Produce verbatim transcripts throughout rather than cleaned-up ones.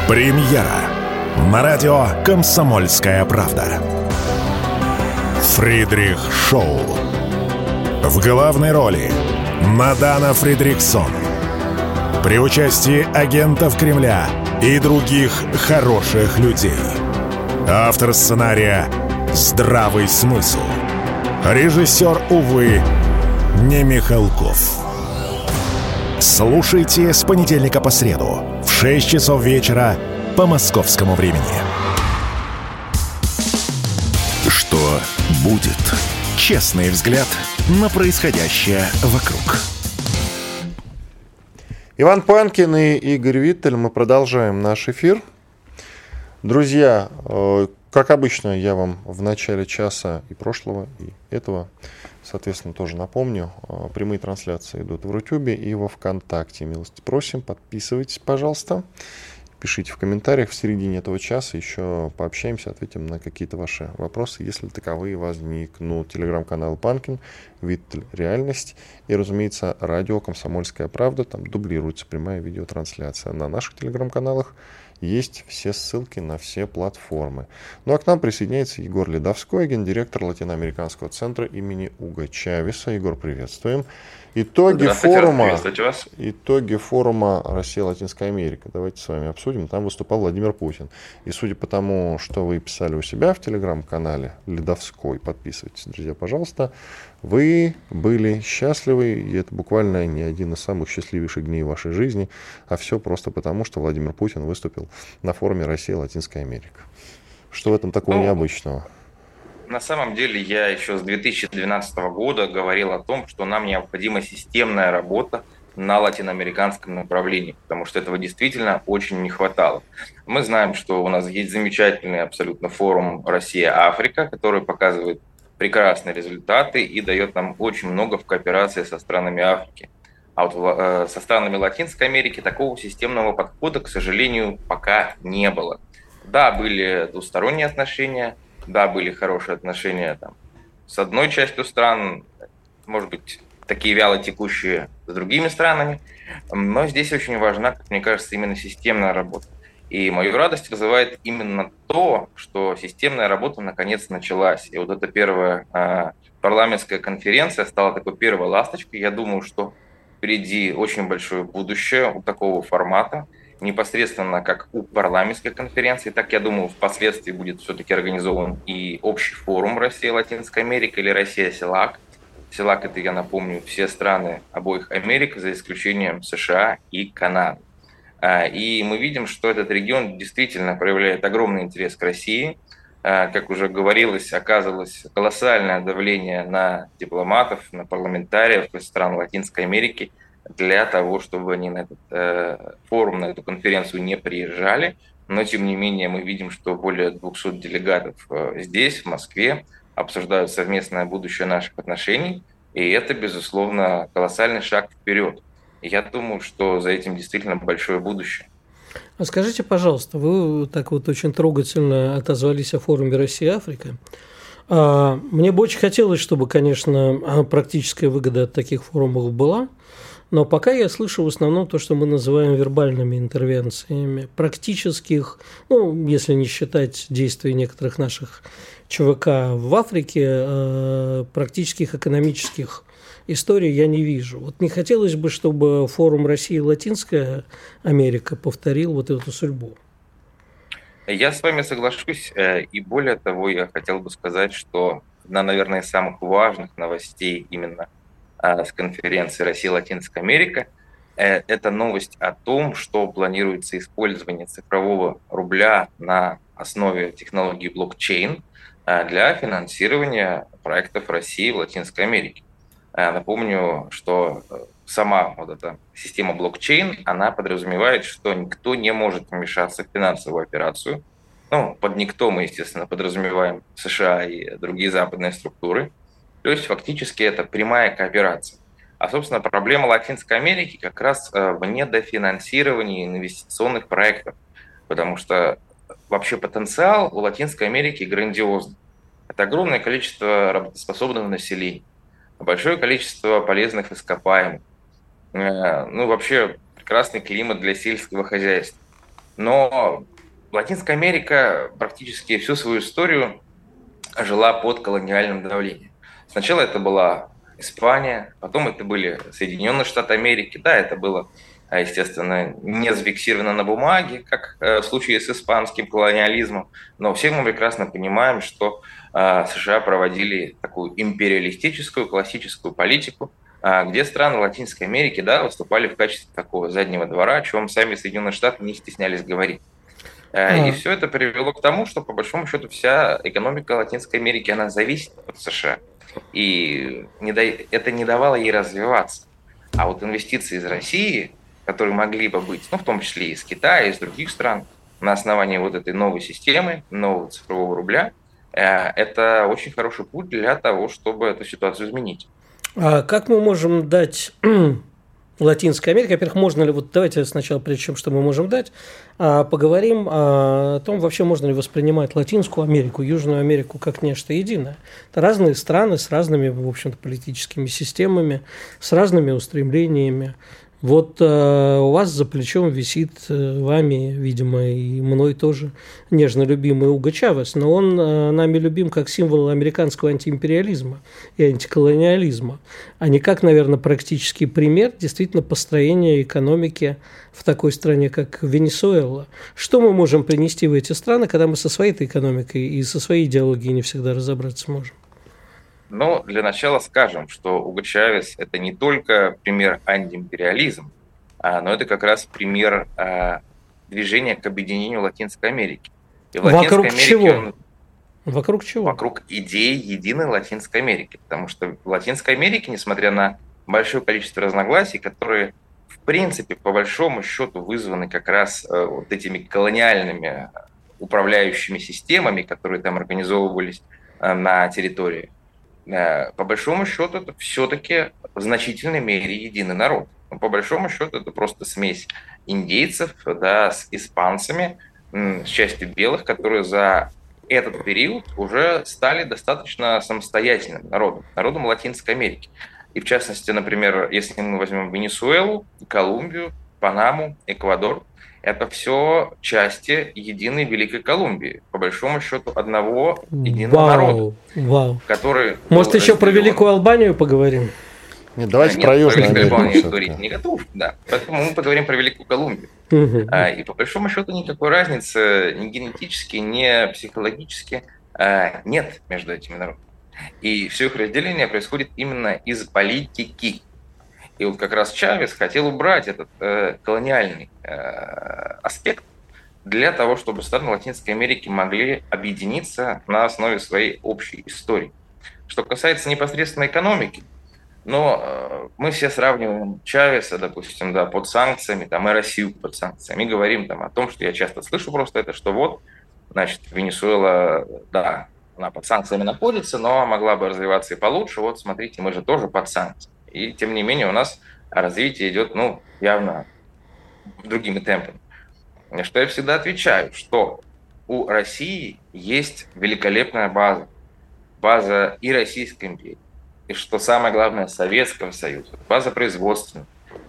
Премьера на радио «Комсомольская правда». Фридрих Шоу. В главной роли Мадана Фридриксон. При участии агентов Кремля и других хороших людей. Автор сценария «Здравый смысл». Режиссер, увы, не Михалков. Слушайте с понедельника по среду в шесть часов вечера по московскому времени. Что будет? Честный взгляд на происходящее вокруг. Иван Панкин и Игорь Виттель. Мы продолжаем наш эфир. Друзья, как обычно, я вам в начале часа и прошлого, и этого, соответственно, тоже напомню. Прямые трансляции идут в Рутюбе и во Вконтакте. Милости просим, подписывайтесь, пожалуйста. Пишите в комментариях в середине этого часа, еще пообщаемся, ответим на какие-то ваши вопросы, если таковые возникнут. Телеграм-канал Панкин, Виттель Реальность и, разумеется, радио «Комсомольская правда». Там дублируется прямая видеотрансляция. На наших телеграм-каналах есть все ссылки на все платформы. Ну а к нам присоединяется Егор Ледовской, гендиректор Латиноамериканского центра имени Уго Чавеса. Егор, приветствуем. Итоги форума, итоги форума Россия-Латинская Америка. Давайте с вами обсудим. Там выступал Владимир Путин. И судя по тому, что вы писали у себя в телеграм-канале Ледовской, подписывайтесь, друзья, пожалуйста, вы были счастливы, и это буквально не один из самых счастливейших дней вашей жизни, а все просто потому, что Владимир Путин выступил на форуме Россия-Латинская Америка. Что в этом такого ну, необычного? На самом деле я еще с две тысячи двенадцатого года говорил о том, что нам необходима системная работа на латиноамериканском направлении, потому что этого действительно очень не хватало. Мы знаем, что у нас есть замечательный абсолютно форум «Россия-Африка», который показывает прекрасные результаты и дает нам очень много в кооперации со странами Африки. А вот э, со странами Латинской Америки такого системного подхода, к сожалению, пока не было. Да, были двусторонние отношения, да, были хорошие отношения там, с одной частью стран, может быть, такие вяло текущие с другими странами, но здесь очень важна, как мне кажется, именно системная работа. И мою радость вызывает именно то, что системная работа наконец началась. И вот эта первая э, парламентская конференция стала такой первой ласточкой. Я думаю, что впереди очень большое будущее у такого формата, непосредственно как у парламентской конференции, так, я думаю, впоследствии будет все-таки организован и общий форум Россия-Латинская Америка или Россия-СЕЛАК. СЕЛАК — это, я напомню, все страны обоих Америк, за исключением США и Канады. И мы видим, что этот регион действительно проявляет огромный интерес к России. Как уже говорилось, оказывалось колоссальное давление на дипломатов, на парламентариев из стран Латинской Америки для того, чтобы они на этот э, форум, на эту конференцию не приезжали. Но, тем не менее, мы видим, что более двухсот делегатов э, здесь, в Москве, обсуждают совместное будущее наших отношений. И это, безусловно, колоссальный шаг вперед. Я думаю, что за этим действительно большое будущее. А скажите, пожалуйста, вы так вот очень трогательно отозвались о форуме «Россия-Африка». Мне бы очень хотелось, чтобы, конечно, практическая выгода от таких форумов была, но пока я слышу в основном то, что мы называем вербальными интервенциями. Практических, ну, если не считать действий некоторых наших ЧВК в Африке, практических экономических историй я не вижу. Вот не хотелось бы, чтобы форум Россия и Латинская Америка повторил вот эту судьбу. Я с вами соглашусь, и более того, я хотел бы сказать, что одна, наверное, из самых важных новостей именно с конференции Россия-Латинская Америка – это новость о том, что планируется использование цифрового рубля на основе технологии блокчейн для финансирования проектов России в Латинской Америке. Напомню, что сама вот эта система блокчейн, она подразумевает, что никто не может вмешаться в финансовую операцию. Ну, под никто мы, естественно, подразумеваем США и другие западные структуры. То есть фактически это прямая кооперация. А, собственно, проблема Латинской Америки как раз в недофинансировании инвестиционных проектов, потому что вообще потенциал у Латинской Америки грандиозный. Это огромное количество работоспособного населения, большое количество полезных ископаемых, ну, вообще прекрасный климат для сельского хозяйства. Но Латинская Америка практически всю свою историю жила под колониальным давлением. Сначала это была Испания, потом это были Соединенные Штаты Америки. Да, это было, естественно, не зафиксировано на бумаге, как в случае с испанским колониализмом, но все мы прекрасно понимаем, что США проводили такую империалистическую, классическую политику, где страны Латинской Америки, да, выступали в качестве такого заднего двора, о чем сами Соединенные Штаты не стеснялись говорить. И все это привело к тому, что, по большому счету, вся экономика Латинской Америки, она зависит от США. И не да... это не давало ей развиваться. А вот инвестиции из России, которые могли бы быть, ну, в том числе и из Китая, и из других стран, на основании вот этой новой системы, нового цифрового рубля, это очень хороший путь для того, чтобы эту ситуацию изменить. А как мы можем дать Латинской Америке, во-первых, можно ли, вот давайте сначала, прежде чем что мы можем дать, поговорим о том, вообще можно ли воспринимать Латинскую Америку, Южную Америку как нечто единое. Это разные страны с разными, в общем-то, политическими системами, с разными устремлениями. Вот э, у вас за плечом висит э, вами, видимо, и мной тоже нежно любимый Уго Чавес, но он э, нами любим как символ американского антиимпериализма и антиколониализма, а не как, наверное, практический пример действительно построения экономики в такой стране, как Венесуэла. Что мы можем принести в эти страны, когда мы со своей экономикой и со своей идеологией не всегда разобраться можем? Но для начала скажем, что Уго Чавес – это не только пример антиимпериализма, но это как раз пример движения к объединению Латинской Америки. И в Вокруг Латинской чего? Америке он... Вокруг чего? Вокруг идеи единой Латинской Америки. Потому что в Латинской Америке, несмотря на большое количество разногласий, которые, в принципе, по большому счету вызваны как раз вот этими колониальными управляющими системами, которые там организовывались на территории, по большому счету, это все-таки в значительной мере единый народ. Но по большому счету, это просто смесь индейцев, да, с испанцами, с частью белых, которые за этот период уже стали достаточно самостоятельным народом, народом Латинской Америки. И в частности, например, если мы возьмем Венесуэлу, Колумбию, Панаму, Эквадор, это все части единой Великой Колумбии, по большому счету одного единого вау, народа, вау. который... Может, еще про Великую Албанию поговорим? Нет, давайте Нет, про Южную Америку. Албанию говорить не готов, да. Поэтому мы поговорим про Великую Колумбию. Uh-huh. А, и по большому счету никакой разницы ни генетически, ни психологически а, нет между этими народами. И все их разделение происходит именно из политики. И вот как раз Чавес хотел убрать этот э, колониальный э, аспект для того, чтобы страны Латинской Америки могли объединиться на основе своей общей истории. Что касается непосредственно экономики, но э, мы все сравниваем Чавеса, допустим, да, под санкциями, там, и Россию под санкциями, и говорим там, о том, что я часто слышу просто это, что вот, значит, Венесуэла, да, она под санкциями находится, но могла бы развиваться и получше, вот смотрите, мы же тоже под санкциями. И, тем не менее, у нас развитие идет, ну, явно другими темпами. Что я всегда отвечаю, что у России есть великолепная база. База и Российской империи, и, что самое главное, Советского Союза. База производственная,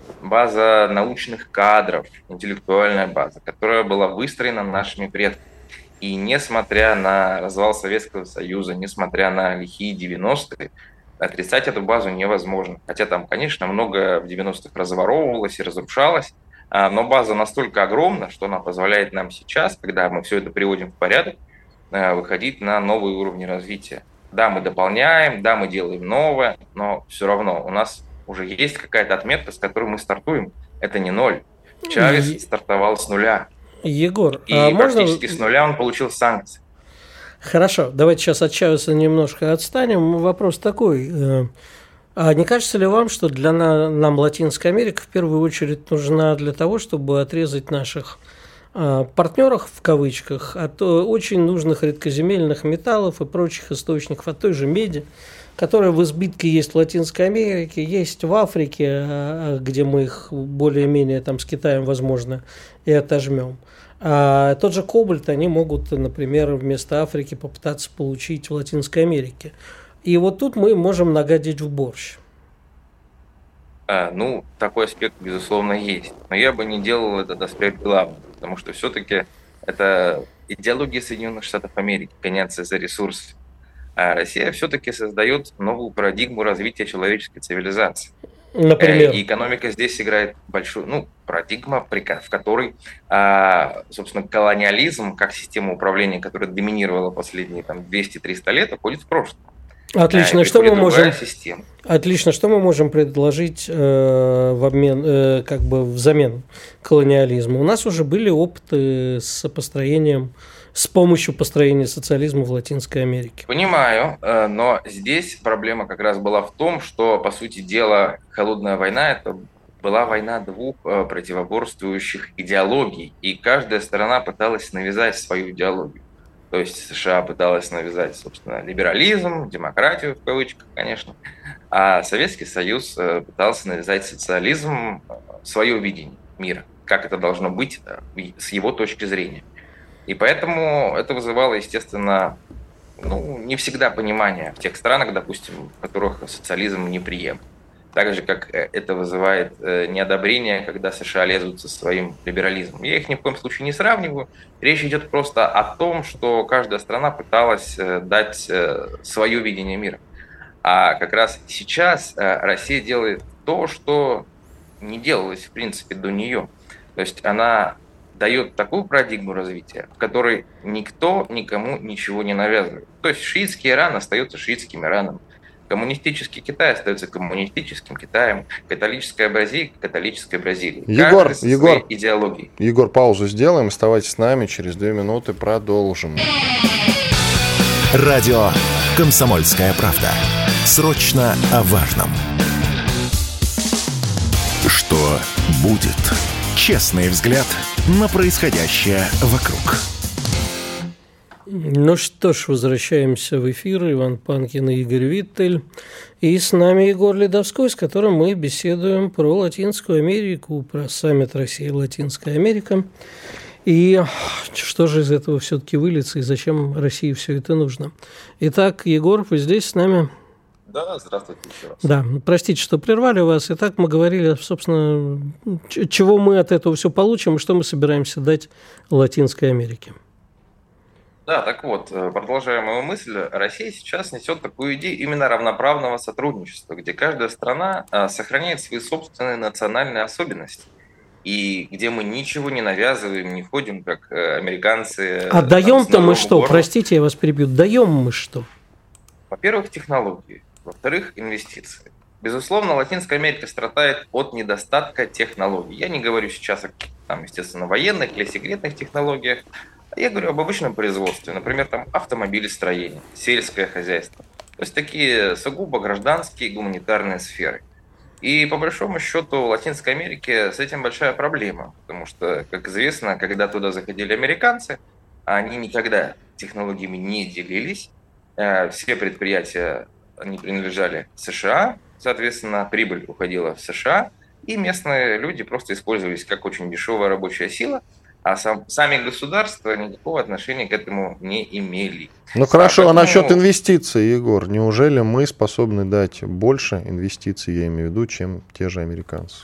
база научных кадров, интеллектуальная база, которая была выстроена нашими предками. И несмотря на развал Советского Союза, несмотря на лихие девяностые, отрицать эту базу невозможно. Хотя там, конечно, много в девяностых разворовывалось и разрушалось, но база настолько огромна, что она позволяет нам сейчас, когда мы все это приводим в порядок, выходить на новые уровни развития. Да, мы дополняем, да, мы делаем новое, но все равно у нас уже есть какая-то отметка, с которой мы стартуем. Это не ноль. Чавес и... стартовал с нуля. Егор, и а практически можно... с нуля он получил санкции. Хорошо, давайте сейчас от Чавеса немножко отстанем. Вопрос такой. А не кажется ли вам, что для нам Латинская Америка в первую очередь нужна для того, чтобы отрезать наших партнеров, в кавычках, от очень нужных редкоземельных металлов и прочих источников, от той же меди, которая в избытке есть в Латинской Америке, есть в Африке, где мы их более-менее там с Китаем, возможно, и отожмем. А тот же кобальт они могут, например, вместо Африки попытаться получить в Латинской Америке. И вот тут мы можем нагадить в борщ. Ну, такой аспект, безусловно, есть. Но я бы не делал этот аспект главным, потому что все-таки это идеология Соединенных Штатов Америки, гоняться за ресурсы. А Россия все-таки создает новую парадигму развития человеческой цивилизации. Например? И экономика здесь играет большую, ну, парадигма, в которой, собственно, колониализм, как система управления, которая доминировала последние там, двести-триста лет, уходит в прошлое. Отлично. Что мы можем? Система. Отлично. Что мы можем предложить э, в обмен, э, как бы взамен колониализму? У нас уже были опыты с построением, с помощью построения социализма в Латинской Америке. Понимаю, но здесь проблема как раз была в том, что, по сути дела, холодная война – это была война двух противоборствующих идеологий, и каждая сторона пыталась навязать свою идеологию. То есть США пыталась навязать, собственно, либерализм, демократию, в кавычках, конечно, а Советский Союз пытался навязать социализм, свое видение мира, как это должно быть с его точки зрения. И поэтому это вызывало, естественно, ну, не всегда понимание в тех странах, допустим, в которых социализм неприемлем. Так же, как это вызывает неодобрение, когда США лезут со своим либерализмом. Я их ни в коем случае не сравниваю. Речь идет просто о том, что каждая страна пыталась дать свое видение мира. А как раз сейчас Россия делает то, что не делалось, в принципе, до нее. То есть она дает такую парадигму развития, в которой никто никому ничего не навязывает. То есть шиитский Иран остается шиитским Ираном, коммунистический Китай остается коммунистическим Китаем, католическая Бразилия – католической Бразилией. Егор, Егор, идеологией. Егор, паузу сделаем, оставайтесь с нами, через две минуты продолжим. Радио «Комсомольская правда». Срочно о важном. Что будет? Честный взгляд на происходящее вокруг. Ну что ж, возвращаемся в эфир. Иван Панкин и Игорь Виттель. И с нами Егор Ледовской, с которым мы беседуем про Латинскую Америку, про саммит России и Латинская Америка. И что же из этого все-таки выльется, и зачем России все это нужно? Итак, Егор, вы здесь с нами? Да, здравствуйте еще раз. Да, простите, что прервали вас. Итак, мы говорили, собственно, чего мы от этого все получим и что мы собираемся дать Латинской Америке. Да, так вот, продолжая мою мысль, Россия сейчас несет такую идею именно равноправного сотрудничества, где каждая страна сохраняет свои собственные национальные особенности, и где мы ничего не навязываем, не ходим, как американцы. А даем-то мы что? Горлу. Простите, я вас перебью. Даем мы что? Во-первых, технологии. Во-вторых, инвестиции. Безусловно, Латинская Америка страдает от недостатка технологий. Я не говорю сейчас о, там, естественно, военных или секретных технологиях, а я говорю об обычном производстве. Например, там, автомобилестроение, сельское хозяйство. То есть такие сугубо гражданские гуманитарные сферы. И по большому счету в Латинской Америке с этим большая проблема. Потому что, как известно, когда туда заходили американцы, они никогда технологиями не делились. Все предприятия они принадлежали США, соответственно, прибыль уходила в США, и местные люди просто использовались как очень дешевая рабочая сила, а сам, сами государства никакого отношения к этому не имели. Ну хорошо, а, поэтому... а насчет инвестиций, Егор, неужели мы способны дать больше инвестиций, я имею в виду, чем те же американцы?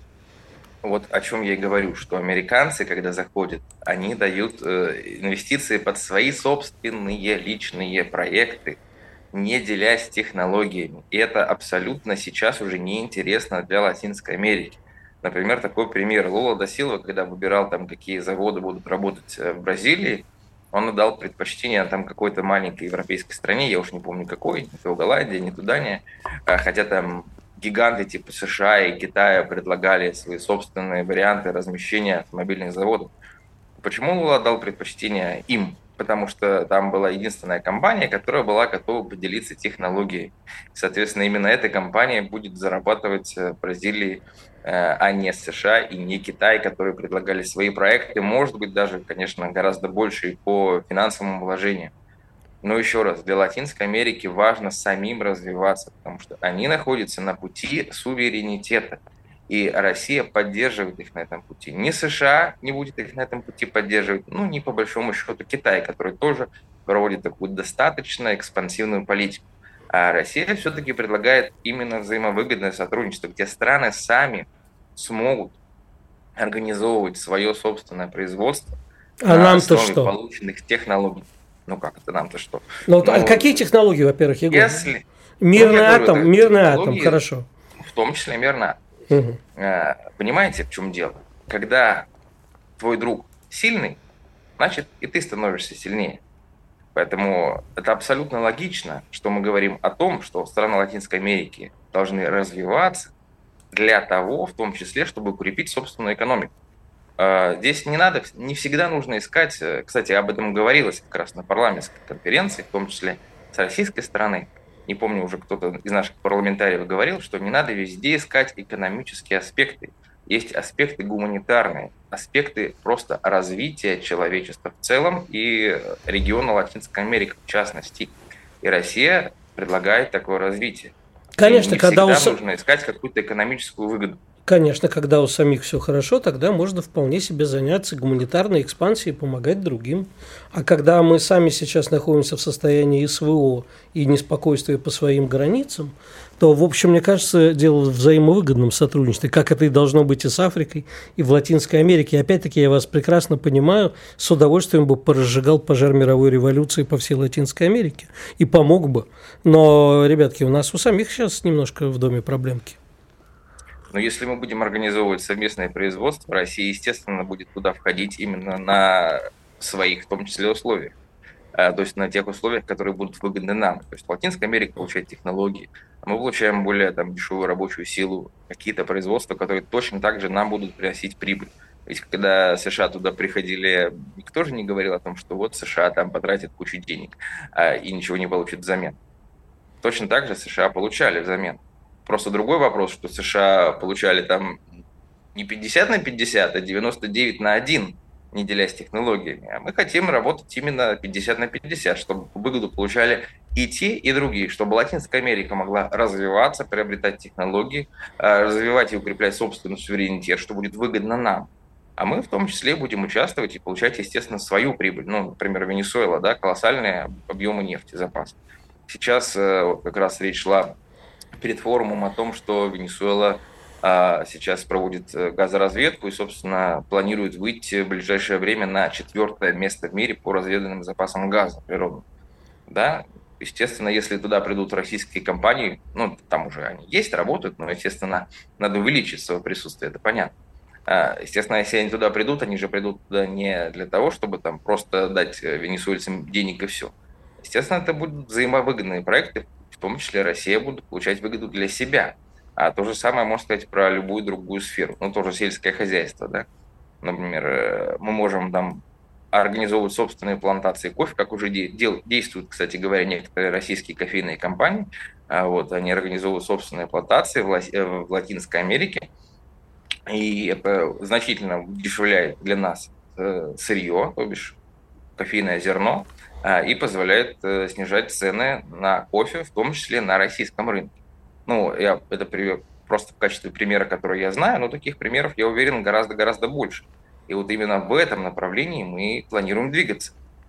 Вот о чем я и говорю, что американцы, когда заходят, они дают э, инвестиции под свои собственные личные проекты, не делясь технологиями. И это абсолютно сейчас уже неинтересно для Латинской Америки. Например, такой пример. Лула да Силва, когда выбирал, там, какие заводы будут работать в Бразилии, он отдал предпочтение там какой-то маленькой европейской стране, я уж не помню какой, не то Голландия, не туда, не. Хотя там гиганты типа США и Китая предлагали свои собственные варианты размещения автомобильных заводов. Почему Лула отдал предпочтение им? Потому что там была единственная компания, которая была готова поделиться технологией. Соответственно, именно эта компания будет зарабатывать в Бразилии, а не США и не Китай, которые предлагали свои проекты. Может быть, даже, конечно, гораздо больше и по финансовым вложениям. Но еще раз, для Латинской Америки важно самим развиваться, потому что они находятся на пути суверенитета. И Россия поддерживает их на этом пути. Ни США не будет их на этом пути поддерживать, ну, ни по большому счету Китай, который тоже проводит такую достаточно экспансивную политику. А Россия все-таки предлагает именно взаимовыгодное сотрудничество, где страны сами смогут организовывать свое собственное производство А на нам-то основе что? полученных технологий. Ну как это нам-то что? Ну, вот, а Ну, какие технологии, во-первых, Егор? если... Мирный ну, я говорю, атом, это мирный атом, технологии, хорошо. в том числе мирный Угу. атом. Понимаете, в чем дело? Когда твой друг сильный, значит и ты становишься сильнее. Поэтому это абсолютно логично, что мы говорим о том, что страны Латинской Америки должны развиваться для того, в том числе, чтобы укрепить собственную экономику. Здесь не надо, не всегда нужно искать, кстати, об этом говорилось как раз на парламентской конференции, в том числе с российской стороны. Не помню, уже кто-то из наших парламентариев говорил, что не надо везде искать экономические аспекты. Есть аспекты гуманитарные, аспекты просто развития человечества в целом и региона Латинской Америки в частности. И Россия предлагает такое развитие. Конечно, и не когда всегда у... нужно искать какую-то экономическую выгоду. Конечно, когда у самих все хорошо, тогда можно вполне себе заняться гуманитарной экспансией и помогать другим. А когда мы сами сейчас находимся в состоянии СВО и неспокойствия по своим границам, то, в общем, мне кажется, дело в взаимовыгодном сотрудничестве, как это и должно быть и с Африкой, и в Латинской Америке. И опять-таки я вас прекрасно понимаю, с удовольствием бы поразжигал пожар мировой революции по всей Латинской Америке и помог бы. Но, ребятки, у нас у самих сейчас немножко в доме проблемки. Но если мы будем организовывать совместное производство, Россия, естественно, будет туда входить именно на своих, в том числе, условиях. То есть на тех условиях, которые будут выгодны нам. То есть Латинская Америка получает технологии, а мы получаем более там, дешевую рабочую силу, какие-то производства, которые точно так же нам будут приносить прибыль. Ведь когда США туда приходили, никто же не говорил о том, что вот США там потратит кучу денег а, и ничего не получит взамен. Точно так же США получали взамен. Просто другой вопрос, что США получали там не пятьдесят на пятьдесят, а девяносто девять на один, не делясь технологиями. А мы хотим работать именно пятьдесят на пятьдесят, чтобы выгоду получали и те, и другие, чтобы Латинская Америка могла развиваться, приобретать технологии, развивать и укреплять собственный суверенитет, что будет выгодно нам. А мы в том числе будем участвовать и получать, естественно, свою прибыль. Ну, например, Венесуэла, да, колоссальные объемы нефти, запас. Сейчас вот как раз речь шла перед форумом о том, что Венесуэла а, сейчас проводит газоразведку и, собственно, планирует выйти в ближайшее время на четвертое место в мире по разведанным запасам газа природного. Да? Естественно, если туда придут российские компании, ну, там уже они есть, работают, но, естественно, надо увеличить свое присутствие, это понятно. А, естественно, если они туда придут, они же придут туда не для того, чтобы там просто дать венесуэльцам денег и все. Естественно, это будут взаимовыгодные проекты, в том числе Россия будет получать выгоду для себя. А то же самое можно сказать про любую другую сферу. Ну, тоже сельское хозяйство, да. Например, мы можем там организовывать собственные плантации кофе, как уже дел, действуют, кстати говоря, некоторые российские кофейные компании. Вот, они организовывают собственные плантации в, в Латинской Америке. И это значительно удешевляет для нас сырье, то бишь кофейное зерно, и позволяет снижать цены на кофе, в том числе на российском рынке. Ну, я это привел просто в качестве примера, который я знаю, но таких примеров, я уверен, гораздо-гораздо больше. И вот именно в этом направлении мы планируем двигаться.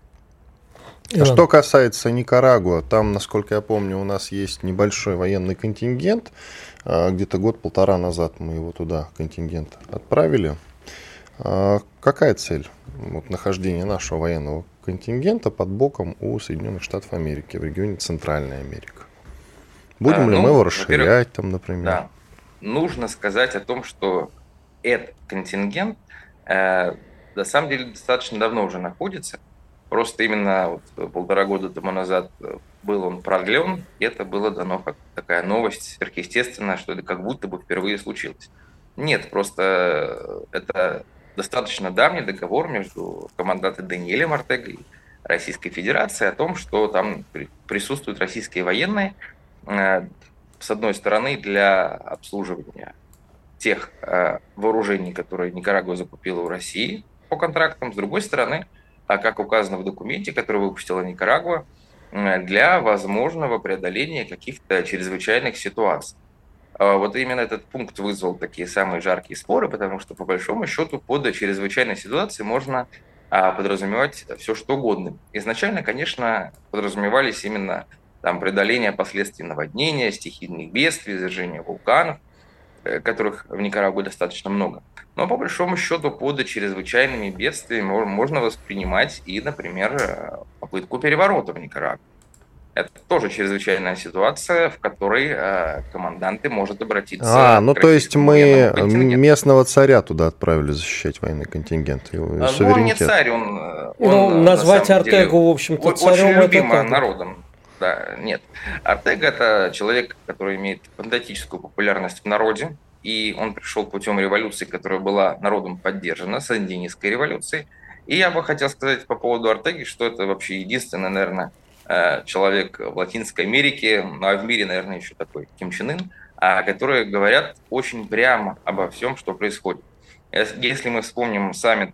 А что касается Никарагуа, там, насколько я помню, у нас есть небольшой военный контингент. Где-то год-полтора назад мы его туда, контингент, отправили. Какая цель вот, нахождения нашего военного контингента под боком у Соединенных Штатов Америки в регионе Центральная Америка? Будем а, ли ну, мы его расширять там, например? Да. Нужно сказать о том, что этот контингент э, на самом деле достаточно давно уже находится. Просто именно вот, полтора года тому назад был он продлен, и это было дано как такая новость сверхъестественная, что это как будто бы впервые случилось. Нет, просто это достаточно давний договор между командантом Даниэлем Ортегой и Российской Федерацией о том, что там присутствуют российские военные, с одной стороны, для обслуживания тех вооружений, которые Никарагуа закупила у России по контрактам, с другой стороны, как указано в документе, который выпустила Никарагуа, для возможного преодоления каких-то чрезвычайных ситуаций. Вот именно этот пункт вызвал такие самые жаркие споры, потому что, по большому счету, под чрезвычайной ситуацией можно подразумевать все, что угодно. Изначально, конечно, подразумевались именно там преодоление последствий наводнения, стихийных бедствий, извержения вулканов, которых в Никарагуа достаточно много. Но по большому счету под чрезвычайными бедствиями можно воспринимать и, например, попытку переворота в Никарагуа. Это тоже чрезвычайная ситуация, в которой э, команданты может обратиться. А, ну то есть мы местного царя туда отправили защищать военный контингент. Его а, ну, он не царь, он... он ну, назвать на Ортегу, деле, в общем-то, царем... Очень любимым народом. Да, нет. Ортега – это человек, который имеет фантастическую популярность в народе, и он пришел путем революции, которая была народом поддержана, сандинистской революцией. И я бы хотел сказать по поводу Ортеги, что это вообще единственный, наверное, человек в Латинской Америке, ну а в мире, наверное, еще такой Ким Чен Ын, которые говорят очень прямо обо всем, что происходит. Если мы вспомним саммит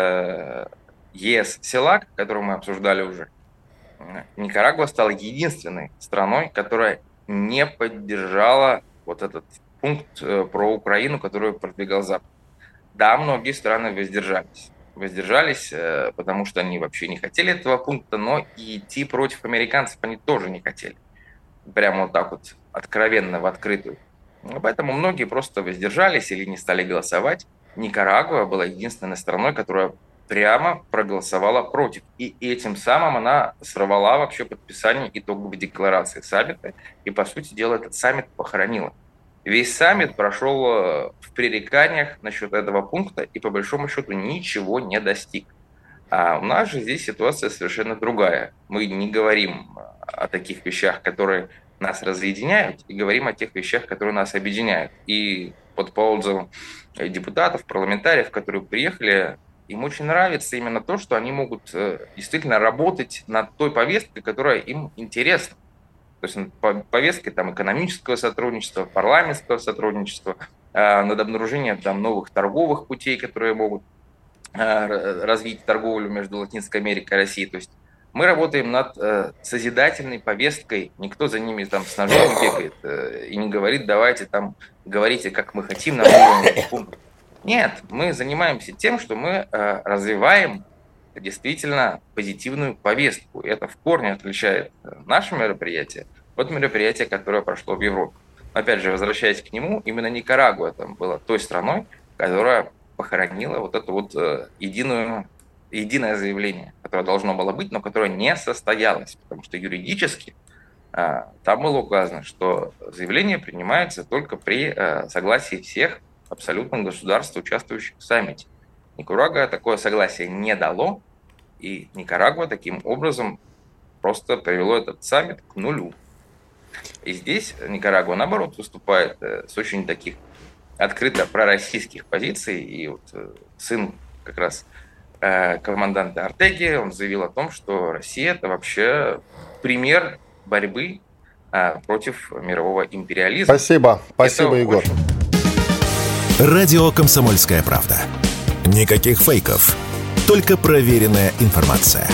ЕС-СЕЛАК, который мы обсуждали уже, Никарагуа стала единственной страной, которая не поддержала вот этот пункт про Украину, который продвигал Запад. Да, многие страны воздержались. Воздержались, потому что они вообще не хотели этого пункта, но и идти против американцев они тоже не хотели. Прямо вот так вот, откровенно, в открытую. Поэтому многие просто воздержались или не стали голосовать. Никарагуа была единственной страной, которая прямо проголосовала против. И этим самым она сорвала вообще подписание итоговой декларации саммита. И, по сути дела, этот саммит похоронила. Весь саммит прошел в пререканиях насчет этого пункта и, по большому счету, ничего не достиг. А у нас же здесь ситуация совершенно другая. Мы не говорим о таких вещах, которые нас разъединяют, и говорим о тех вещах, которые нас объединяют. И под поводу депутатов, парламентариев, которые приехали, им очень нравится именно то, что они могут действительно работать над той повесткой, которая им интересна. То есть повесткой там, экономического сотрудничества, парламентского сотрудничества, э, над обнаружением там, новых торговых путей, которые могут э, развить торговлю между Латинской Америкой и Россией. То есть мы работаем над э, созидательной повесткой, никто за ними там с ножом не бегает э, и не говорит, давайте там говорите, как мы хотим, нам нужен. Нет, мы занимаемся тем, что мы э, развиваем действительно позитивную повестку. И это в корне отличает наше мероприятие от мероприятия, которое прошло в Европе. Но опять же, возвращаясь к нему, именно Никарагуа там была той страной, которая похоронила вот это вот э, единую, единое заявление, которое должно было быть, но которое не состоялось, потому что юридически э, там было указано, что заявление принимается только при э, согласии всех абсолютно государств, участвующих в саммите. Никарагуа такое согласие не дало, и Никарагуа таким образом просто привело этот саммит к нулю. И здесь Никарагуа, наоборот, выступает с очень таких открыто пророссийских позиций, и вот сын как раз команданта Ортеги, он заявил о том, что Россия – это вообще пример борьбы против мирового империализма. Спасибо, спасибо, это Егор. Очень... Радио «Комсомольская правда». Никаких фейков, только проверенная информация.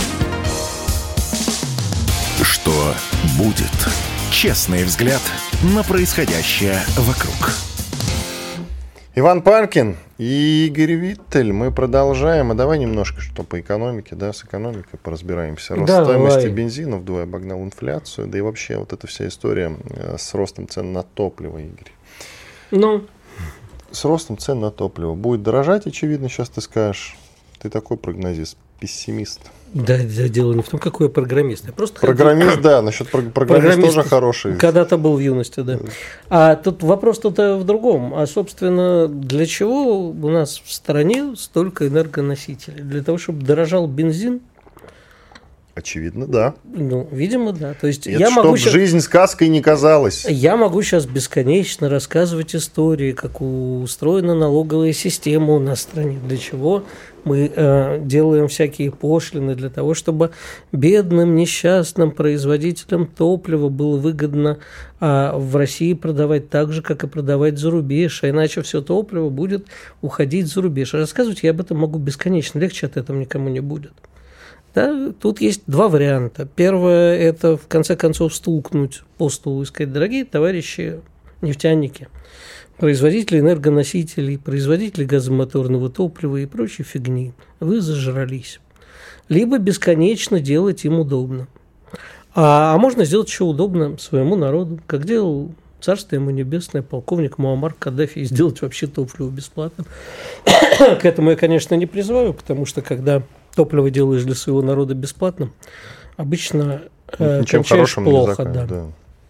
Что будет? Честный взгляд на происходящее вокруг. Иван Панкин и Игорь Виттель. Мы продолжаем. А давай немножко что по экономике, да, с экономикой поразбираемся. Рост да, стоимости давай. бензина вдвое обогнал инфляцию, да и вообще вот эта вся история с ростом цен на топливо, Игорь. Ну... С ростом цен на топливо будет дорожать, очевидно, сейчас ты скажешь. Ты такой прогнозист, пессимист. Да, да, дело не в том, какой я программист. Я просто программист, ходил... да, насчет программист, программист тоже хороший. Когда-то был в юности, да. да. А тут вопрос-то в другом. А, собственно, для чего у нас в стране столько энергоносителей? Для того, чтобы дорожал бензин? Очевидно, да. Ну, видимо, да. То есть это я чтоб могу сейчас... жизнь сказкой не казалась. Я могу сейчас бесконечно рассказывать истории, как устроена налоговая система у нас в стране, для чего мы э, делаем всякие пошлины, для того, чтобы бедным, несчастным производителям топлива было выгодно э, в России продавать так же, как и продавать за рубеж, а иначе все топливо будет уходить за рубеж. А рассказывать я об этом могу бесконечно, легче от этого никому не будет. Да, тут есть два варианта. Первое – это, в конце концов, стукнуть по столу и сказать: дорогие товарищи нефтяники, производители энергоносителей, производители газомоторного топлива и прочей фигни, вы зажрались. Либо бесконечно делать им удобно. А, а можно сделать еще удобно своему народу, как делал царство ему небесное полковник Муаммар Каддафи, и сделать вообще топливо бесплатным. К этому я, конечно, не призываю, потому что когда топливо делаешь для своего народа бесплатным, обычно э, кончаешь плохо. Да. Да.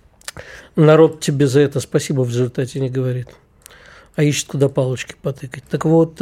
Народ тебе за это спасибо в результате не говорит, а ищет, куда палочки потыкать. Так вот,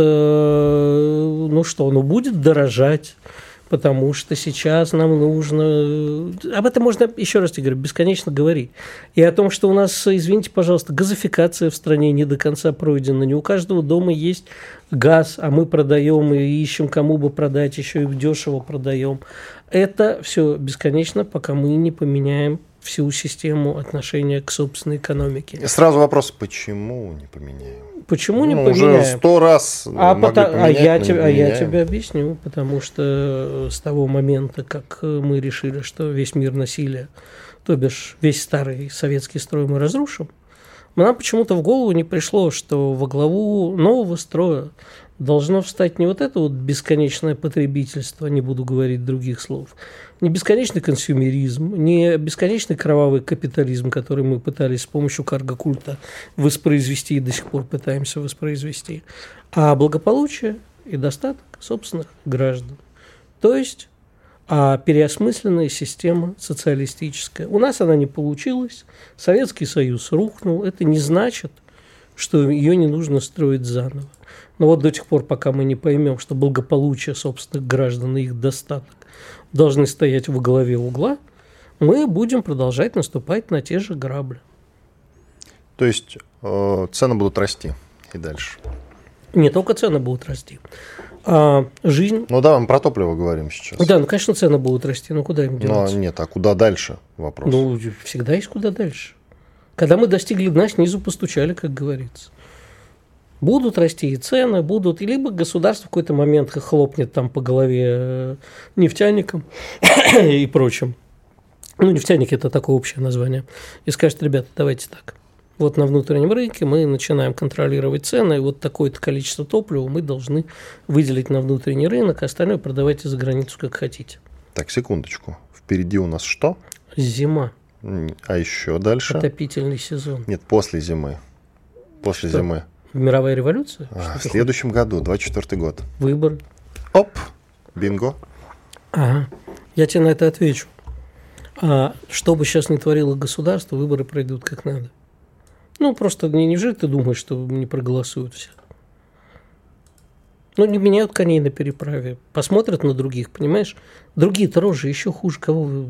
э, ну что, ну будет дорожать, потому что сейчас нам нужно... Об этом можно, еще раз тебе говорю, бесконечно говорить. И о том, что у нас, извините, пожалуйста, газификация в стране не до конца пройдена. Не у каждого дома есть газ, а мы продаем и ищем, кому бы продать, еще и дешево продаем. Это все бесконечно, пока мы не поменяем всю систему отношения к собственной экономике. И сразу вопрос, почему не поменяем? Почему не ну, поменяем? Уже сто раз а, могли потому, поменять, а, я тебе, а я тебе меняем. объясню, потому что с того момента, как мы решили, что весь мир насилия, то бишь весь старый советский строй мы разрушим, нам почему-то в голову не пришло, что во главу нового строя должно встать не вот это вот бесконечное потребительство, не буду говорить других слов, не бесконечный консюмеризм, не бесконечный кровавый капитализм, который мы пытались с помощью карго-культа воспроизвести и до сих пор пытаемся воспроизвести, а благополучие и достаток собственных граждан. То есть а переосмысленная система социалистическая. У нас она не получилась, Советский Союз рухнул, это не значит, что ее не нужно строить заново. Но вот до тех пор, пока мы не поймем, что благополучие собственных граждан и их достаток должны стоять во главе угла, мы будем продолжать наступать на те же грабли. То есть э, цены будут расти и дальше? Не только цены будут расти. А жизнь... Ну да, мы про топливо говорим сейчас. Да, ну, конечно, цены будут расти, но куда им деваться? Но нет, а куда дальше вопрос? Ну, всегда есть куда дальше. Когда мы достигли дна, снизу постучали, как говорится. Будут расти и цены, будут, либо государство в какой-то момент хлопнет там по голове нефтяникам и прочим. Ну, нефтяники – это такое общее название. И скажет, ребята, давайте так. Вот на внутреннем рынке мы начинаем контролировать цены, и вот такое-то количество топлива мы должны выделить на внутренний рынок, а остальное продавайте за границу, как хотите. Так, секундочку. Впереди у нас что? Зима. А еще дальше? Отопительный сезон. Нет, после зимы. После что? зимы. Мировая революция? А, в следующем году, двадцать четвёртый год. Выборы. Оп, бинго. Ага, я тебе на это отвечу. А что бы сейчас ни творило государство, выборы пройдут как надо. Ну, просто не, неужели ты думаешь, что не проголосуют все? Ну, не меняют коней на переправе. Посмотрят на других, понимаешь? Другие-то рожи еще хуже. Кого вы...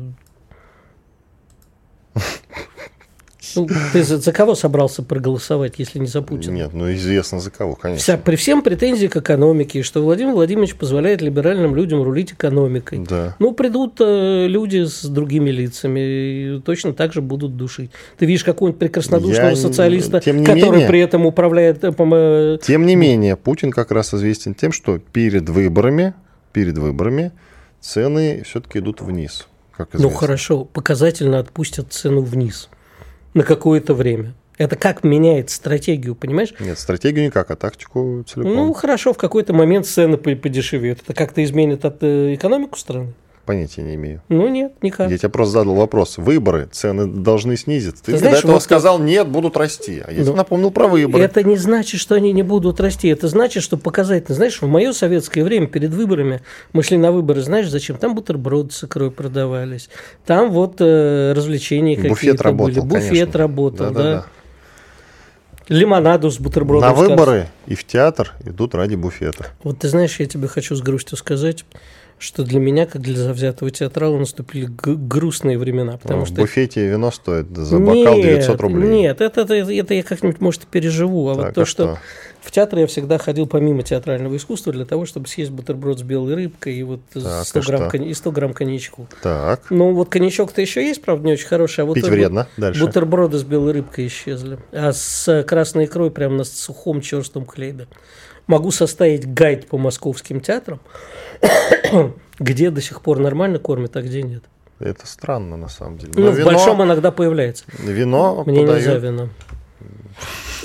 Ну, ты за, за кого собрался проголосовать, если не за Путина? Нет, ну известно за кого, конечно. Вся, при всем претензии к экономике, что Владимир Владимирович позволяет либеральным людям рулить экономикой. Да. Ну, придут э, люди с другими лицами и точно так же будут душить. Ты видишь какого-нибудь прекраснодушного Я, социалиста, тем не который менее, при этом управляет... Э, тем не менее, Путин как раз известен тем, что перед выборами, перед выборами цены все-таки идут вниз. Как известно. Ну, хорошо, показательно отпустят цену вниз. На какое-то время. Это как меняет стратегию, понимаешь? Нет, стратегию никак, а тактику целиком. Ну, хорошо, в какой-то момент цены подешевеют. Это как-то изменит от, э, экономику страны? Понятия не имею. Ну, нет, никак. Я тебе просто задал вопрос. Выборы, цены должны снизиться. Ты, Ты знаешь, знаешь, до этого вот сказал, нет, будут расти. А я ну, тебе напомнил про выборы. Это не значит, что они не будут расти. Это значит, что показательно. Знаешь, в мое советское время перед выборами мы шли на выборы, знаешь, зачем? Там бутерброды с икрой продавались. Там вот э, развлечения какие-то Буфет работал, были. Буфет конечно. работал, да. Да-да-да. Лимонаду с бутербродом. На выборы и в театр идут ради буфета. Вот ты знаешь, я тебе хочу с грустью сказать, что для меня, как для завзятого театрала, наступили г- грустные времена. Потому в что... буфете вино стоит за бокал нет, девятьсот рублей. Нет, это, это, это я как-нибудь, может, и переживу. А Так, вот то, а что... что в театр я всегда ходил помимо театрального искусства для того, чтобы съесть бутерброд с белой рыбкой и вот Так, сто, а грамм, что? кон... и сто грамм коньячку. Так. Ну, вот коньячок-то еще есть, правда, не очень хороший. А вот Пить бу- вредно. Дальше. бутерброды с белой рыбкой исчезли. А с красной икрой прямо на сухом черстом хлебе. Могу составить гайд по московским театрам, где до сих пор нормально кормят, а где нет. Это странно, на самом деле. Ну, Но в вино, большом иногда появляется. вино Мне подают. нельзя вино.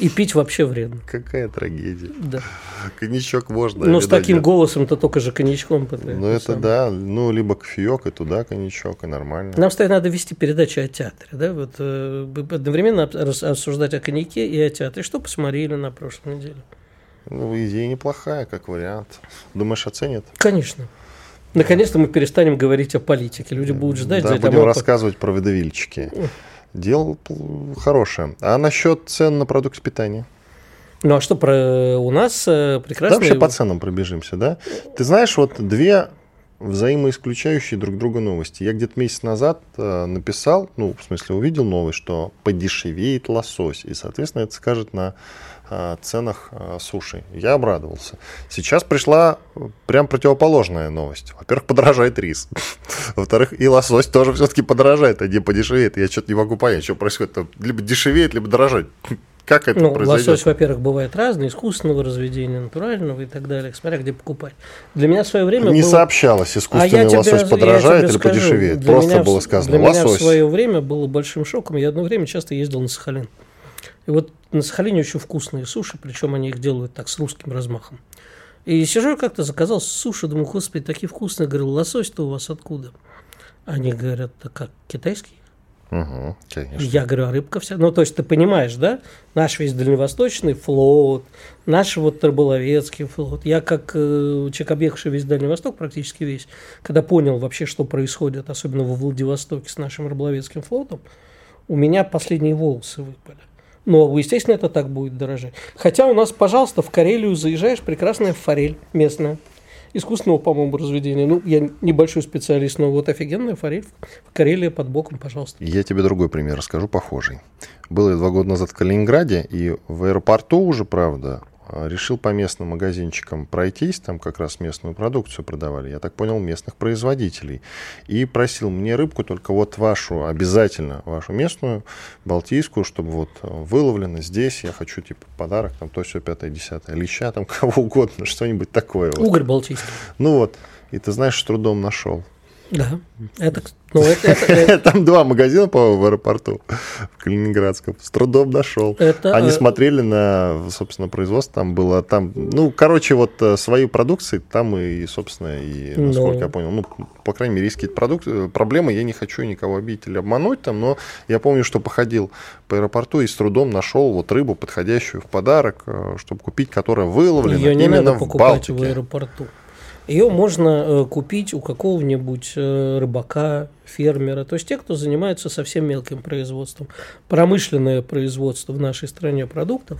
И пить вообще вредно. Какая трагедия. Да. Коньячок можно. Ну, с таким голосом-то только же коньячком. Ну, это сам. Да. Ну, либо кофеек, и туда коньячок, и нормально. Нам, кстати, надо вести передачу о театре. Да? Вот, э, одновременно обсуждать о коньяке и о театре. Что посмотрели на прошлой неделе? Ну, идея неплохая, как вариант. Думаешь, оценят? Конечно. Наконец-то мы перестанем говорить о политике. Люди будут ждать. Да, за будем рассказывать про водевильчики. Дело хорошее. А насчет цен на продукты питания? Ну, а что, про у нас прекрасно... Да, вообще по ценам пробежимся, да? Ты знаешь, вот две взаимоисключающие друг друга новости. Я где-то месяц назад э, написал, ну, в смысле, увидел новость, что подешевеет лосось. И, соответственно, это скажет на э, ценах э, суши. Я обрадовался. Сейчас пришла прям противоположная новость. Во-первых, подорожает рис. Во-вторых, и лосось тоже все-таки подорожает, а не подешевеет. Я что-то не могу понять, что происходит. Либо дешевеет, либо дорожает. Как это ну, произойдет? Лосось, во-первых, бывает разный, искусственного разведения, натурального и так далее, смотря где покупать. Для меня в свое время Не было... сообщалось, искусственный а лосось тебе, подорожает или скажу, подешевеет. Для Просто меня, было сказано для лосось. Для меня в свое время было большим шоком. Я одно время часто ездил на Сахалин. И вот на Сахалине очень вкусные суши, причем они их делают так с русским размахом. И сижу я как-то, заказал суши, думаю, господи, такие вкусные. Говорю, лосось-то у вас откуда? Они говорят, да как, китайский? Угу, конечно. Я говорю, а рыбка вся. Ну, то есть, ты понимаешь, да? Наш весь дальневосточный флот, наш вот Рыболовецкий флот. Я, как э, человек, объехавший весь Дальний Восток, практически весь, когда понял вообще, что происходит, особенно во Владивостоке с нашим Рыболовецким флотом, у меня последние волосы выпали. Но, естественно, это так будет дорожать. Хотя у нас, пожалуйста, в Карелию заезжаешь, прекрасная форель местная. Искусственного, по-моему, разведения. Ну, я небольшой специалист, но вот офигенная форель в Карелии под боком, пожалуйста. Я тебе другой пример расскажу, похожий. Был я два года назад в Калининграде, и в аэропорту уже, правда, решил по местным магазинчикам пройтись, там как раз местную продукцию продавали, я так понял, местных производителей. И просил мне рыбку только вот вашу, обязательно вашу местную, балтийскую, чтобы вот выловлено здесь, я хочу типа подарок, там то все пятое, десятое, леща, там кого угодно, что-нибудь такое. Вот. Угорь балтийский. Ну вот, и ты знаешь, с трудом нашел. Да, это, ну, это, это, это... Там два магазина, по-моему, в аэропорту, в Калининградском. С трудом нашел. Это... Они смотрели на, собственно, производство. Там было, там, ну, короче, вот свои продукции, там и, собственно, и, насколько но... я понял, ну, по крайней мере, есть какие-то продукты, проблемы. Я не хочу никого обидеть или обмануть там, но я помню, что походил по аэропорту и с трудом нашел вот рыбу, подходящую в подарок, чтобы купить, которая выловлена Ее не именно надо в покупать Балтике. В аэропорту. Ее можно э, купить у какого-нибудь э, рыбака, фермера, то есть те, кто занимается совсем мелким производством. Промышленное производство в нашей стране продуктов,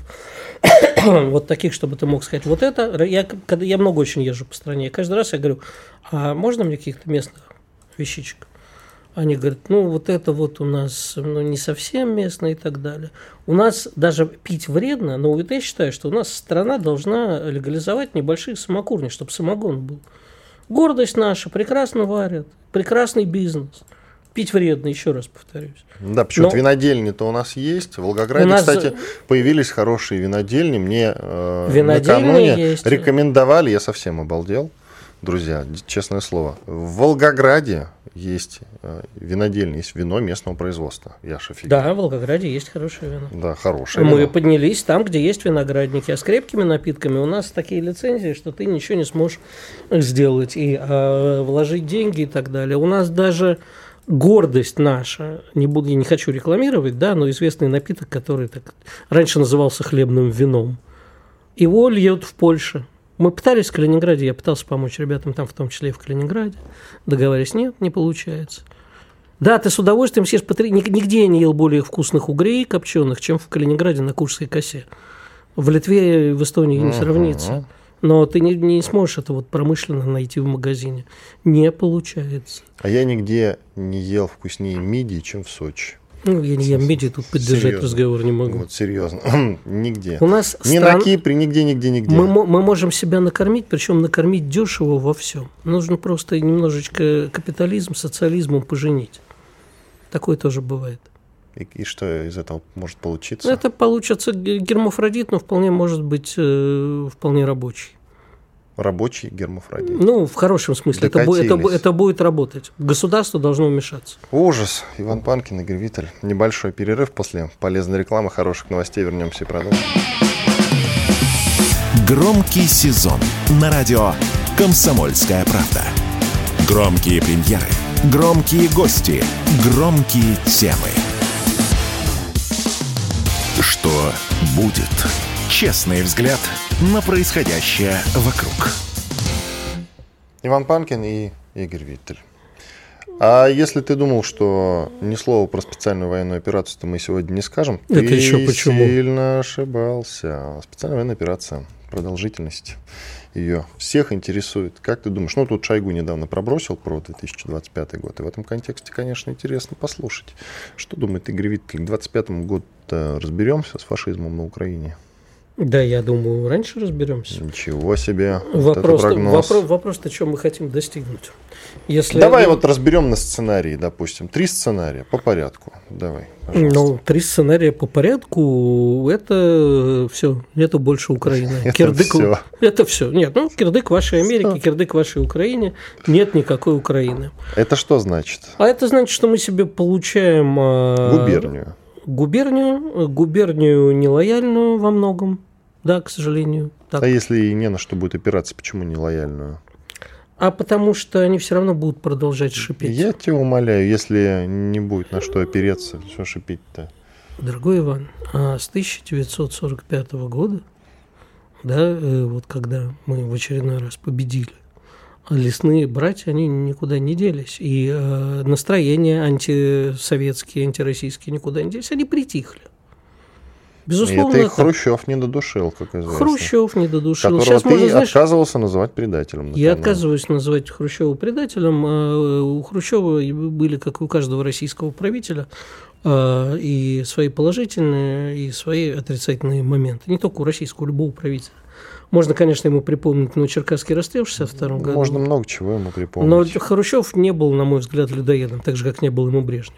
вот таких, чтобы ты мог сказать, вот это, я, когда, я много очень езжу по стране, каждый раз я говорю, а можно мне каких-то местных вещичек? Они говорят, ну, вот это вот у нас ну, не совсем местно и так далее. У нас даже пить вредно, но вот я считаю, что у нас страна должна легализовать небольшие самокурни, чтобы самогон был. Гордость наша, прекрасно варят, прекрасный бизнес. Пить вредно, еще раз повторюсь. Да, почему-то но... винодельни-то у нас есть. В Волгограде, нас... кстати, появились хорошие винодельни. Мне э, накануне есть. Рекомендовали, я совсем обалдел. Друзья, честное слово, в Волгограде есть э, винодельня, есть вино местного производства. Я ж офигел. Да, в Волгограде есть хорошее вино. Да, хорошее Мы вино. поднялись там, где есть виноградники, а с крепкими напитками у нас такие лицензии, что ты ничего не сможешь сделать и э, вложить деньги и так далее. У нас даже гордость наша, не буду, я не хочу рекламировать, да, но известный напиток, который так, раньше назывался хлебным вином, его льют в Польше. Мы пытались в Калининграде, я пытался помочь ребятам там, в том числе и в Калининграде. Договорились, нет, не получается. Да, ты с удовольствием съешь, по три... нигде я не ел более вкусных угрей копченых, чем в Калининграде на Куршской косе. В Литве и в Эстонии не сравнится. Но ты не, не сможешь это вот промышленно найти в магазине. Не получается. А я нигде не ел вкуснее мидии, чем в Сочи. Ну, я не ем мидии, тут поддержать серьезно. Разговор не могу. Вот, серьезно. Нигде. У нас Ни стран... на Кипре, нигде, нигде, нигде. Мы, мы можем себя накормить, причем накормить дешево во всем. Нужно просто немножечко капитализм, социализмом поженить. Такое тоже бывает. И, и что из этого может получиться? Это получится гермафродит, но вполне может быть э, вполне рабочий. рабочий гермафродит. Ну, в хорошем смысле, это, бу- это, это будет работать. Государство должно вмешаться. Ужас. Иван Панкин, Игорь Виттель. Небольшой перерыв после полезной рекламы, хороших новостей. Вернемся и продолжим. Громкий сезон на радио «Комсомольская правда». Громкие премьеры, громкие гости, громкие темы. Что будет? Честный взгляд на происходящее вокруг. Иван Панкин и Игорь Виттель. А если ты думал, что ни слова про специальную военную операцию-то мы сегодня не скажем, это ты еще почему? сильно ошибался. Специальная военная операция, продолжительность ее всех интересует. Как ты думаешь? Ну, тут Шойгу недавно пробросил про две тысячи двадцать пятый год. И в этом контексте, конечно, интересно послушать. Что думает Игорь Виттель? К двадцать пятому году разберемся с фашизмом на Украине? Да, я думаю, раньше разберемся. Ничего себе. Вопрос, вот вопрос, вопрос-то, чем мы хотим достигнуть. Если Давай я... вот разберем на сценарии, допустим. Три сценария по порядку. Давай, пожалуйста. Ну, три сценария по порядку, это все, это больше Украина. Это Кирдык, все. Это все. Нет, ну, кирдык вашей Америки, кирдык вашей Украине, нет никакой Украины. Это что значит? А это значит, что мы себе получаем... Губернию. Губернию, губернию нелояльную во многом, да, к сожалению. Так. А если и не на что будет опираться, почему нелояльную? А потому что они все равно будут продолжать шипеть. Я тебя умоляю, если не будет на что опереться, что шипеть-то? Дорогой Иван, а с тысяча девятьсот сорок пятого года, да, вот когда мы в очередной раз победили, лесные братья, они никуда не делись. И э, настроения антисоветские, антироссийские никуда не делись. Они притихли. Безусловно, это их Хрущев не додушил, как известно. Хрущев не додушил. Которого Сейчас ты можно, знаешь, отказывался называть предателем. Я отказываюсь называть Хрущева предателем. У Хрущева были, как и у каждого российского правителя, и свои положительные, и свои отрицательные моменты. Не только у российского, у любого правителя. Можно, конечно, ему припомнить Новочеркасский расстрел в шестьдесят втором году. Можно много чего ему припомнить. Но Хрущев не был, на мой взгляд, людоедом, так же, как не был ему Брежнев.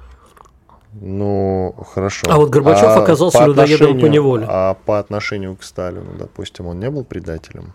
Ну, хорошо. А вот Горбачев а оказался по людоедом по неволе. А по отношению к Сталину, допустим, он не был предателем?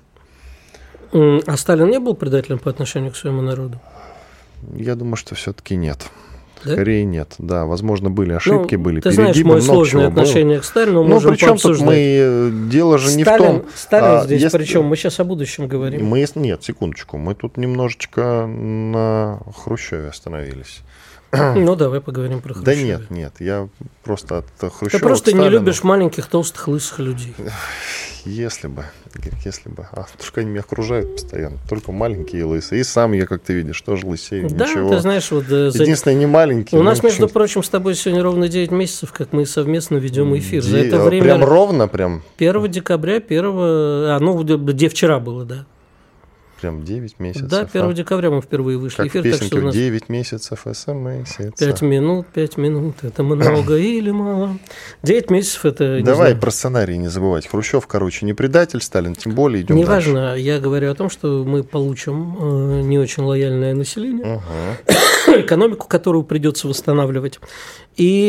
А Сталин не был предателем по отношению к своему народу? Я думаю, что все-таки нет. Да? Скорее нет. Да, возможно, были ошибки, ну, были ты перегибы, знаешь, мое много сложное чего отношение было. к Сталину Ну, можем причем тут мы... Дело же Сталин, не в том... Сталин а, здесь, если... причем мы сейчас о будущем говорим. Мы... Нет, секундочку. Мы тут немножечко на Хрущеве остановились. Ну, давай поговорим про Хрущева. Да нет, нет, я просто от Хрущева Ты просто к не Сталину... любишь маленьких, толстых, лысых людей. Если бы, если бы. А, только они меня окружают постоянно. Только маленькие и лысые. И сам я, как ты видишь, тоже лысею. Да, ничего. ты знаешь, вот... Единственное, за... не маленький. У нас, между прочим, с тобой сегодня ровно девять месяцев, как мы совместно ведем эфир. Де... За это время... Прям ровно? Прям... первого декабря, первого... А, ну, где вчера было, да. Прям девять месяцев. Да, первого декабря мы впервые вышли как эфир. Песенки, так что у нас девять месяцев смс. пять минут, пять минут. Это много или мало? девять месяцев это... Давай про сценарий не забывать. Хрущев, короче, не предатель, Сталин тем более. Идем Неважно, дальше. Я говорю о том, что мы получим э, не очень лояльное население, угу. экономику, которую придется восстанавливать, и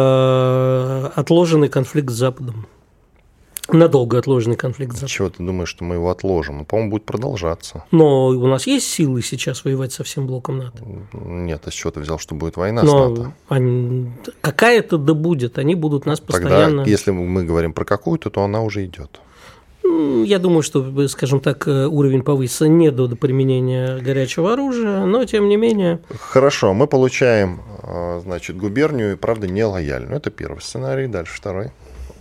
э, отложенный конфликт с Западом. Надолго отложенный конфликт с Западом. Чего ты думаешь, что мы его отложим? Он, по-моему, будет продолжаться. Но у нас есть силы сейчас воевать со всем блоком НАТО? Нет, а с чего ты взял, что будет война Но с НАТО? Они... Какая-то да будет, они будут нас постоянно... Тогда, если мы говорим про какую-то, то она уже идет. Я думаю, что, скажем так, уровень повысится не до применения горячего оружия, но тем не менее... Хорошо, мы получаем, значит, губернию, и, правда, нелояльную. Это первый сценарий, дальше второй.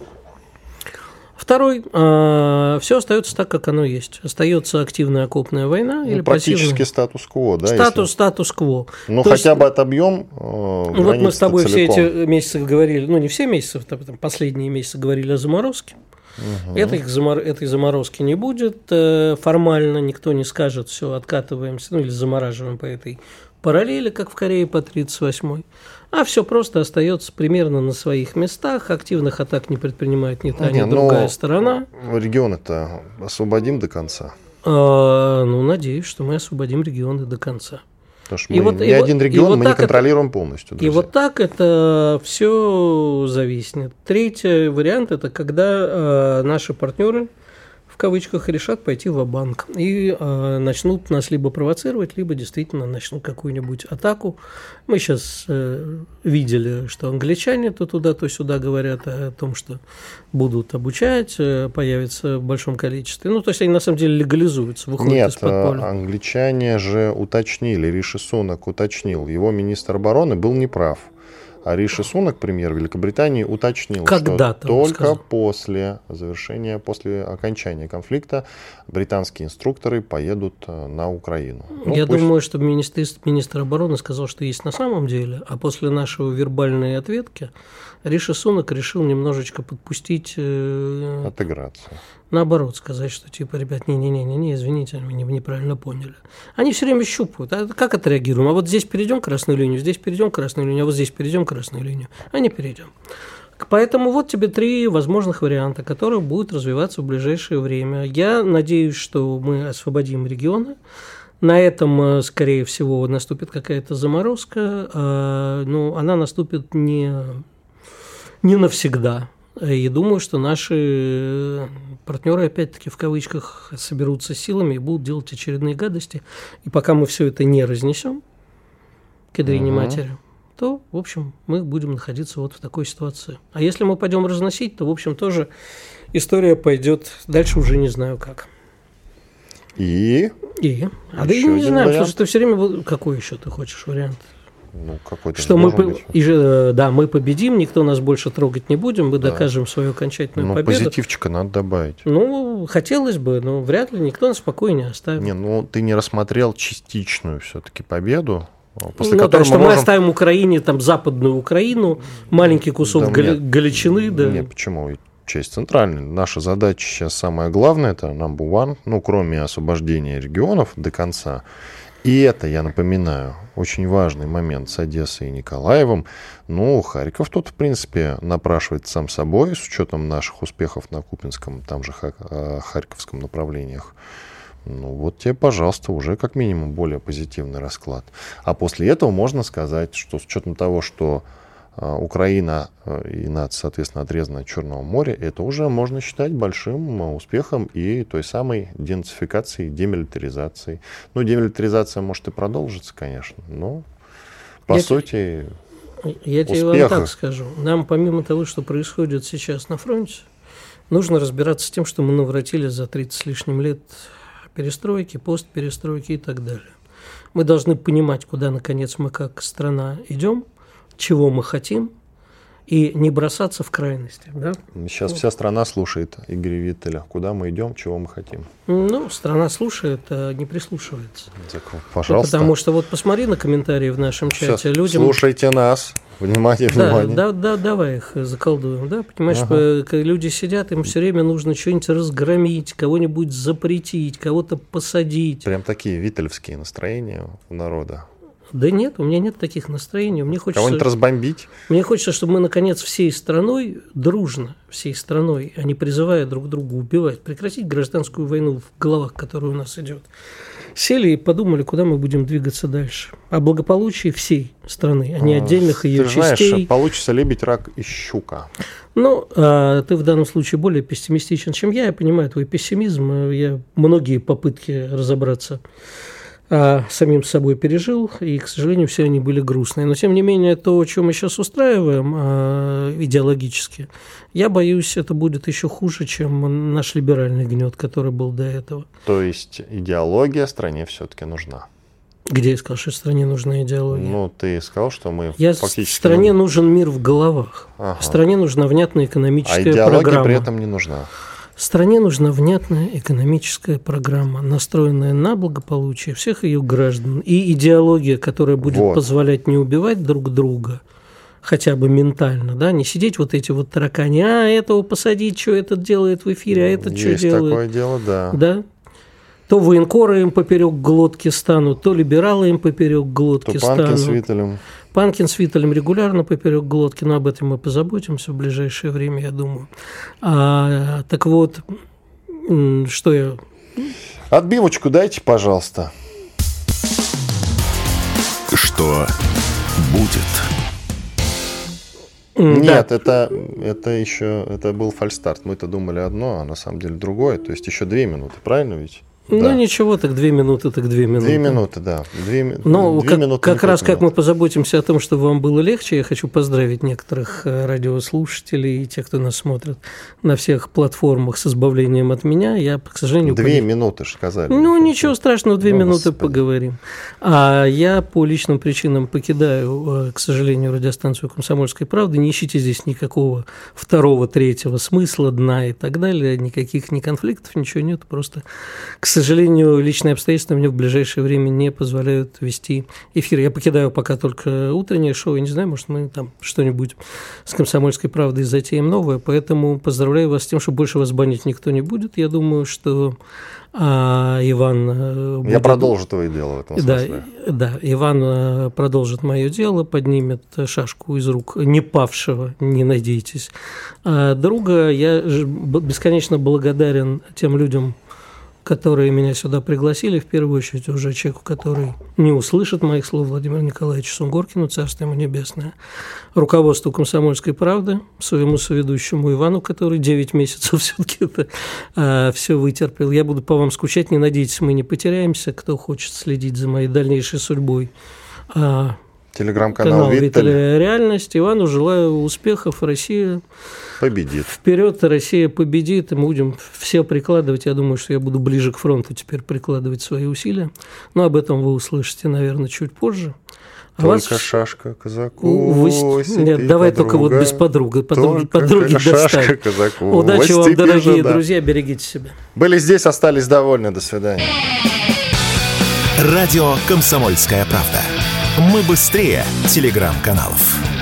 Второй, э, все остается так, как оно есть. Остается активная окопная война ну, или практически пассивная... статус-кво, да? Статус, если... статус-кво. Ну, То хотя есть... бы отобьем э, Вот мы с тобой целиком. все эти месяцы говорили, ну, не все месяцы, там, последние месяцы говорили о заморозке. Угу. Этой, замор... Этой заморозки не будет э, формально, никто не скажет, все, откатываемся, ну, или замораживаем по этой параллели, как в Корее по тридцать восьмой. А все просто остается примерно на своих местах. Активных атак не предпринимает ни та, ни другая сторона. Регионы-то освободим до конца. А, ну, надеюсь, что мы освободим регионы до конца. Потому что мы вот, ни один регион вот мы не контролируем это, полностью. Друзья. И вот так это все зависнет. Третий вариант – это когда э, наши партнеры, в кавычках, решат пойти ва-банк и э, начнут нас либо провоцировать, либо действительно начнут какую-нибудь атаку. Мы сейчас э, видели, что англичане то туда, то сюда говорят о том, что будут обучать, э, появится в большом количестве. Ну, то есть они на самом деле легализуются, выходят Нет, из подполья. англичане же уточнили, Риши Сунак уточнил, его министр обороны был неправ. А Риши Сунак, премьер Великобритании, уточнил, Когда-то что только сказал. после завершения, после окончания конфликта британские инструкторы поедут на Украину. Ну, Я пусть... думаю, что министр, министр обороны сказал, что есть на самом деле, а после нашего вербальной ответки Риши Сунак решил немножечко подпустить... Э, Отыграться. Наоборот, сказать, что типа, ребят, не-не-не, извините, вы неправильно поняли. Они все время щупают. А как отреагируем? А вот здесь перейдем красную линию, здесь перейдем красную линию, а вот здесь перейдем красную линию. А не перейдем. Поэтому вот тебе три возможных варианта, которые будут развиваться в ближайшее время. Я надеюсь, что мы освободим регионы. На этом, скорее всего, наступит какая-то заморозка. Но она наступит не, не навсегда. И думаю, что наши партнеры, опять-таки, в кавычках, соберутся силами и будут делать очередные гадости. И пока мы все это не разнесем к ядрине угу. матери, то, в общем, мы будем находиться вот в такой ситуации. А если мы пойдем разносить, то, в общем, тоже история пойдет дальше уже не знаю как. И? И? А да я не знаю, потому что ты все время... Какой еще ты хочешь вариант? Ну, какой-то что мы, и же, да, мы победим, никто нас больше трогать не будем, мы да. докажем свою окончательную ну, победу. Позитивчика надо добавить. Ну, хотелось бы, но вряд ли никто нас в покое не оставит. Не, ну ты не рассмотрел частичную все-таки победу, после ну, которой да, что мы, мы можем... оставим Украине там западную Украину, маленький кусок да, Гали... нет, Галичины. Да. Нет, почему? Часть центральная. Наша задача сейчас самое главное, это number one, ну, кроме освобождения регионов до конца. И это, я напоминаю, очень важный момент с Одессой и Николаевым. Ну, Харьков тут, в принципе, напрашивает сам собой, с учетом наших успехов на Купинском, там же Харьковском направлениях. Ну, вот тебе, пожалуйста, уже как минимум более позитивный расклад. А после этого можно сказать, что с учетом того, что Украина и НАТО, соответственно, отрезана от Черного моря, это уже можно считать большим успехом и той самой денацификации, демилитаризации. Ну, демилитаризация может и продолжится, конечно, но по я сути те, Я тебе вам так скажу. Нам, помимо того, что происходит сейчас на фронте, нужно разбираться с тем, что мы навратили за тридцать с лишним лет перестройки, постперестройки и так далее. Мы должны понимать, куда, наконец, мы как страна идем, чего мы хотим, и не бросаться в крайности. Да? Сейчас вся страна слушает Игоря Виттеля. Куда мы идем, чего мы хотим? Ну, страна слушает, а не прислушивается. Так, пожалуйста. Ну, потому что вот посмотри на комментарии в нашем чате. Все, людям... Слушайте нас. Внимание, да, внимание. Да, да, давай их заколдуем. Да? Понимаешь, ага. люди сидят, им все время нужно что-нибудь разгромить, кого-нибудь запретить, кого-то посадить. Прям такие виттелевские настроения у народа. Да нет, у меня нет таких настроений. Мне хочется, кого-нибудь разбомбить? Мне хочется, чтобы мы, наконец, всей страной, дружно, всей страной, а не призывая друг друга убивать, прекратить гражданскую войну в головах, которая у нас идет, сели и подумали, куда мы будем двигаться дальше. О благополучии всей страны, а не отдельных ее ты частей. Знаешь, получится лебедь, рак и щука. Ну, а ты в данном случае более пессимистичен, чем я. Я понимаю твой пессимизм. Я многие попытки разобраться а самим собой пережил, и, к сожалению, все они были грустные. Но, тем не менее, то, что мы сейчас устраиваем а, идеологически, я боюсь, это будет еще хуже, чем наш либеральный гнет, который был до этого. То есть идеология стране все-таки нужна? Где я сказал, что стране нужна идеология? Ну, ты сказал, что мы я фактически... Стране нужен мир в головах. Ага. Стране нужна внятная экономическая программа. А идеология программа. при этом не нужна? Стране нужна внятная экономическая программа, настроенная на благополучие всех ее граждан. И идеология, которая будет вот. позволять не убивать друг друга, хотя бы ментально, да, не сидеть вот эти вот таракани, а этого посадить, что этот делает в эфире, а этот что делает. Есть такое дело, да. Да. То военкоры им поперек глотки станут, то либералы им поперек глотки то станут. Панкин с Виттелем. Панкин с Виттелем регулярно поперек глотки, но об этом мы позаботимся в ближайшее время, я думаю. А, так вот, что я... Отбивочку дайте, пожалуйста. Что будет? Нет, да. это, это еще это был фальстарт. Мы-то думали одно, а на самом деле другое. То есть еще две минуты, правильно ведь? Ну, да. Ничего, так две минуты, так две минуты. Две минуты, да. Две, ну, две как, минуты, как раз минут. как мы позаботимся о том, чтобы вам было легче, я хочу поздравить некоторых радиослушателей и тех, кто нас смотрит на всех платформах с избавлением от меня. Я, к сожалению... Две по... минуты же сказали. Ну, ничего страшного, две ну, минуты Господи. Поговорим. А я по личным причинам покидаю, к сожалению, радиостанцию «Комсомольской правды». Не ищите здесь никакого второго, третьего смысла, дна и так далее. Никаких ни конфликтов, ничего нет. Просто, к сожалению, лично Личные обстоятельства мне в ближайшее время не позволяют вести эфир. Я покидаю пока только утреннее шоу. Я не знаю, может, мы там что-нибудь с «Комсомольской правдой» затеем новое. Поэтому поздравляю вас с тем, что больше вас банить никто не будет. Я думаю, что а, Иван... Будет... Я продолжу твое дело в этом смысле. Да, да, Иван продолжит мое дело, поднимет шашку из рук не павшего, не надейтесь, а друга. Я бесконечно благодарен тем людям, которые меня сюда пригласили, в первую очередь уже человеку, который не услышит моих слов, Владимиру Николаевичу Сунгоркину, царство ему небесное, руководству «Комсомольской правды», своему соведущему Ивану, который девять месяцев все-таки это а, все вытерпел. Я буду по вам скучать, не надейтесь, мы не потеряемся, кто хочет следить за моей дальнейшей судьбой. А, Телеграм-канал Виттель. Реальность. Ивану желаю успехов. Россия победит. Вперед, Россия победит. И мы будем все прикладывать. Я думаю, что я буду ближе к фронту теперь прикладывать свои усилия. Но об этом вы услышите, наверное, чуть позже. А только вас... шашка казаку. Вы... Нет, давай подруга. Только вот без подруги. Подруги, подруги достать. Казаку. Удачи вам, дорогие да. друзья. Берегите себя. Были здесь, остались довольны. До свидания. Радио «Комсомольская правда». Мы быстрее телеграм-каналов.